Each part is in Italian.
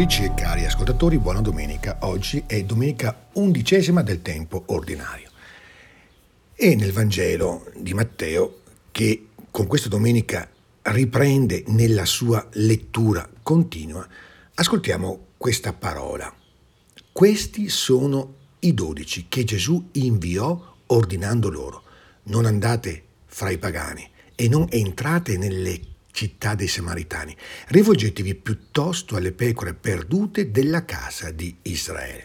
ascoltatrici e cari ascoltatori, buona domenica. Oggi è domenica 11ª del tempo ordinario. E nel Vangelo di Matteo, che con questa domenica riprende nella sua lettura continua, ascoltiamo questa parola. Questi sono i 12 che Gesù inviò ordinando loro: non andate fra i pagani e non entrate nelle città dei Samaritani, rivolgetevi piuttosto alle pecore perdute della casa di Israele.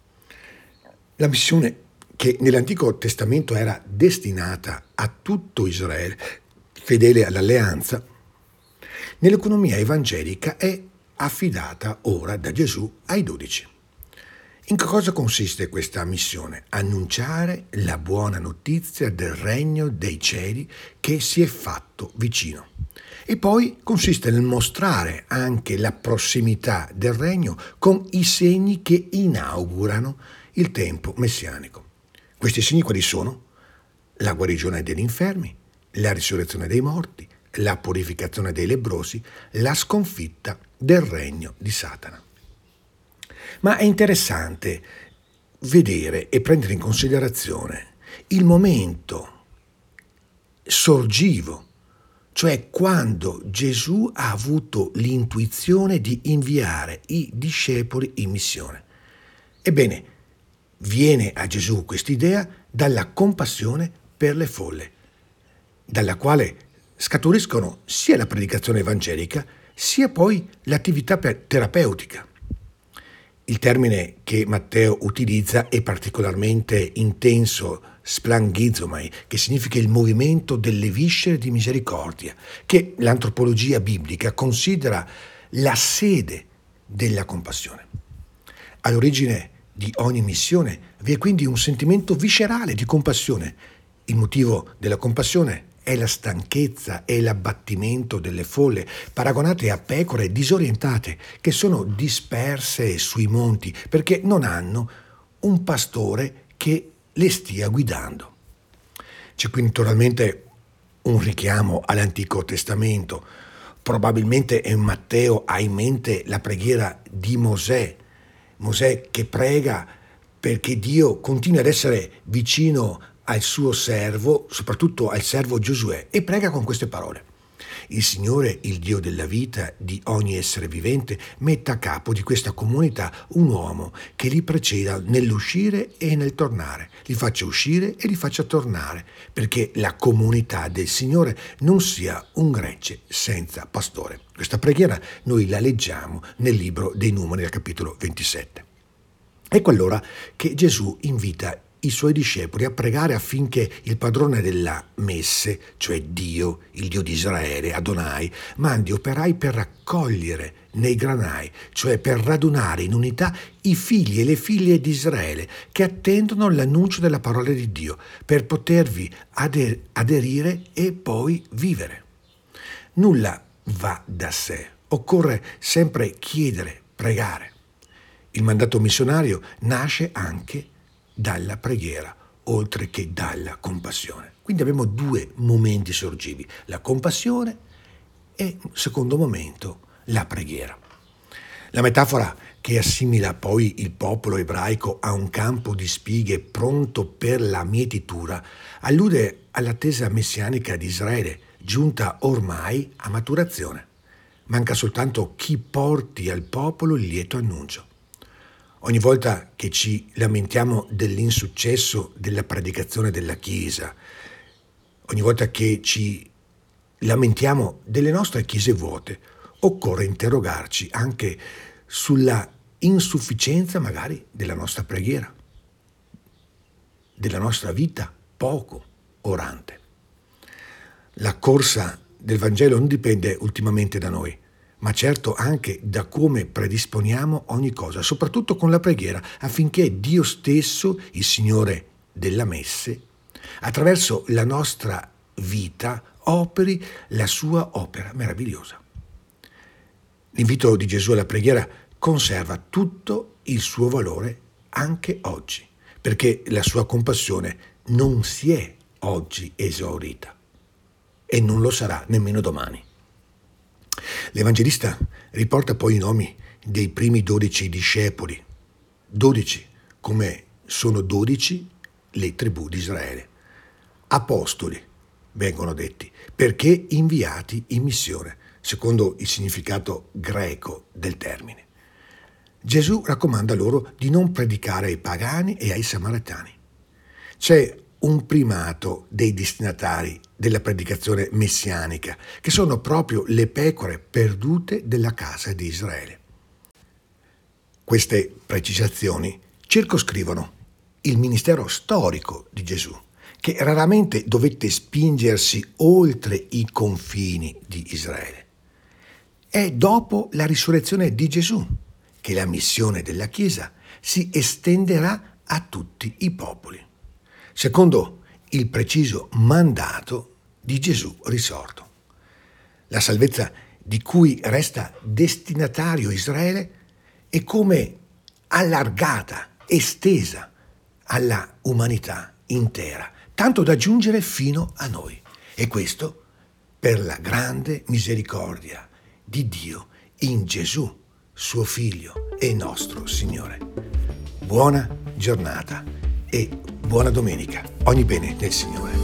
La missione che nell'Antico Testamento era destinata a tutto Israele, fedele all'alleanza, nell'economia evangelica è affidata ora da Gesù ai 12. In che cosa consiste questa missione? Annunciare la buona notizia del regno dei cieli che si è fatto vicino. E poi consiste nel mostrare anche la prossimità del regno con i segni che inaugurano il tempo messianico. Questi segni quali sono? La guarigione degli infermi, la risurrezione dei morti, la purificazione dei lebbrosi, la sconfitta del regno di Satana. Ma è interessante vedere e prendere in considerazione il momento sorgivo, cioè quando Gesù ha avuto l'intuizione di inviare i discepoli in missione. Ebbene, viene a Gesù quest'idea dalla compassione per le folle, dalla quale scaturiscono sia la predicazione evangelica, sia poi l'attività terapeutica. Il termine che Matteo utilizza è particolarmente intenso, splangizomai, che significa il movimento delle viscere di misericordia, che l'antropologia biblica considera la sede della compassione. All'origine di ogni missione vi è quindi un sentimento viscerale di compassione. Il motivo della compassione è la stanchezza e l'abbattimento delle folle, paragonate a pecore disorientate che sono disperse sui monti perché non hanno un pastore che le stia guidando. C'è qui naturalmente un richiamo all'Antico Testamento. Probabilmente Matteo ha in mente la preghiera di Mosè che prega perché Dio continui ad essere vicino al suo servo, soprattutto al servo Giosuè, e prega con queste parole: il Signore, il Dio della vita di ogni essere vivente, metta a capo di questa comunità un uomo che li preceda nell'uscire e nel tornare, li faccia uscire e li faccia tornare, perché la comunità del Signore non sia un gregge senza pastore. Questa preghiera noi la leggiamo nel libro dei Numeri al capitolo 27. Ecco allora che Gesù invita i suoi discepoli a pregare affinché il padrone della messe, cioè Dio, il Dio di Israele, Adonai, mandi operai per raccogliere nei granai, cioè per radunare in unità i figli e le figlie di Israele che attendono l'annuncio della parola di Dio, per potervi aderire e poi vivere. Nulla va da sé, occorre sempre chiedere, pregare. Il mandato missionario nasce anche dalla preghiera, oltre che dalla compassione. Quindi abbiamo due momenti sorgivi: la compassione e, secondo momento, la preghiera. La metafora che assimila poi il popolo ebraico a un campo di spighe pronto per la mietitura allude all'attesa messianica di Israele, giunta ormai a maturazione. Manca soltanto chi porti al popolo il lieto annuncio. Ogni volta che ci lamentiamo dell'insuccesso della predicazione della Chiesa, ogni volta che ci lamentiamo delle nostre chiese vuote, occorre interrogarci anche sulla insufficienza magari della nostra preghiera, della nostra vita poco orante. La corsa del Vangelo non dipende ultimamente da noi, ma certo anche da come predisponiamo ogni cosa, soprattutto con la preghiera, affinché Dio stesso, il Signore della messe, attraverso la nostra vita operi la sua opera meravigliosa. L'invito di Gesù alla preghiera conserva tutto il suo valore anche oggi, perché la sua compassione non si è oggi esaurita e non lo sarà nemmeno domani. L'Evangelista riporta poi i nomi dei primi 12 discepoli, 12 come sono 12 le tribù di Israele. Apostoli vengono detti, perché inviati in missione, secondo il significato greco del termine. Gesù raccomanda loro di non predicare ai pagani e ai samaritani. C'è un primato dei destinatari della predicazione messianica, che sono proprio le pecore perdute della casa di Israele. Queste precisazioni circoscrivono il ministero storico di Gesù, che raramente dovette spingersi oltre i confini di Israele. È dopo la risurrezione di Gesù che la missione della Chiesa si estenderà a tutti i popoli, secondo il preciso mandato di Gesù risorto. La salvezza di cui resta destinatario Israele è come allargata, estesa alla umanità intera, tanto da giungere fino a noi. E questo per la grande misericordia di Dio in Gesù, suo Figlio e nostro Signore. Buona giornata e buona domenica. Ogni bene nel Signore.